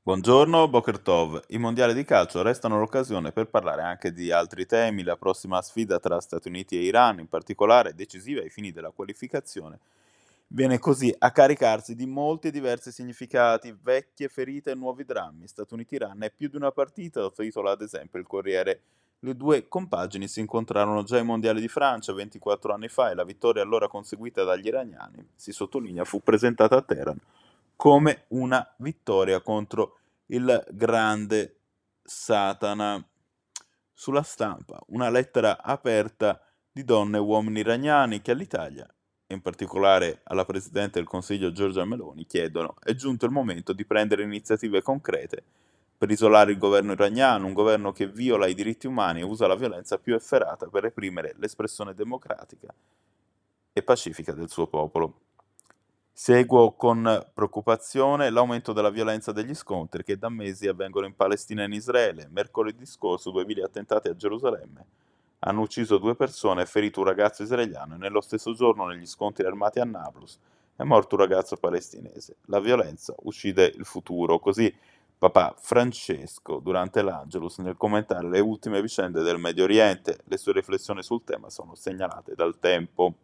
Buongiorno, Boker Tov. I mondiali di calcio restano l'occasione per parlare anche di altri temi. La prossima sfida tra Stati Uniti e Iran, in particolare, decisiva ai fini della qualificazione, viene così a caricarsi di molti e diversi significati, vecchie ferite e nuovi drammi. Stati Uniti-Iran è più di una partita, titola ad esempio il Corriere. Le due compagini si incontrarono già ai mondiali di Francia 24 anni fa e la vittoria allora conseguita dagli iraniani, si sottolinea, fu presentata a Teheran come una vittoria contro il grande Satana. Sulla stampa, una lettera aperta di donne e uomini iraniani che all'Italia, e in particolare alla Presidente del Consiglio Giorgia Meloni, chiedono: è giunto il momento di prendere iniziative concrete per isolare il governo iraniano, un governo che viola i diritti umani e usa la violenza più efferata per reprimere l'espressione democratica e pacifica del suo popolo. Seguo con preoccupazione l'aumento della violenza degli scontri che da mesi avvengono in Palestina e in Israele. Mercoledì scorso 2 vili attentati a Gerusalemme hanno ucciso 2 persone e ferito un ragazzo israeliano e nello stesso giorno negli scontri armati a Nablus è morto un ragazzo palestinese. La violenza uccide il futuro, così Papa Francesco durante l'Angelus nel commentare le ultime vicende del Medio Oriente. Le sue riflessioni sul tema sono segnalate dal Tempo.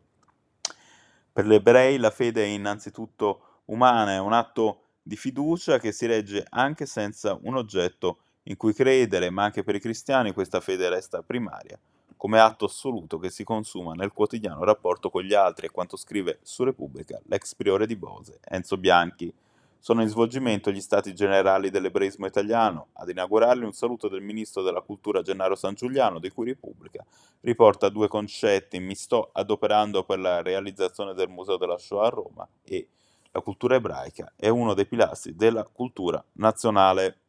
Per gli ebrei la fede è innanzitutto umana, è un atto di fiducia che si regge anche senza un oggetto in cui credere, ma anche per i cristiani questa fede resta primaria, come atto assoluto che si consuma nel quotidiano rapporto con gli altri, e quanto scrive su Repubblica l'ex priore di Bose, Enzo Bianchi. Sono in svolgimento gli stati generali dell'ebraismo italiano. Ad inaugurarli un saluto del ministro della cultura Gennaro San Giuliano, di cui Repubblica riporta due concetti: mi sto adoperando per la realizzazione del Museo della Shoah a Roma e la cultura ebraica è uno dei pilastri della cultura nazionale.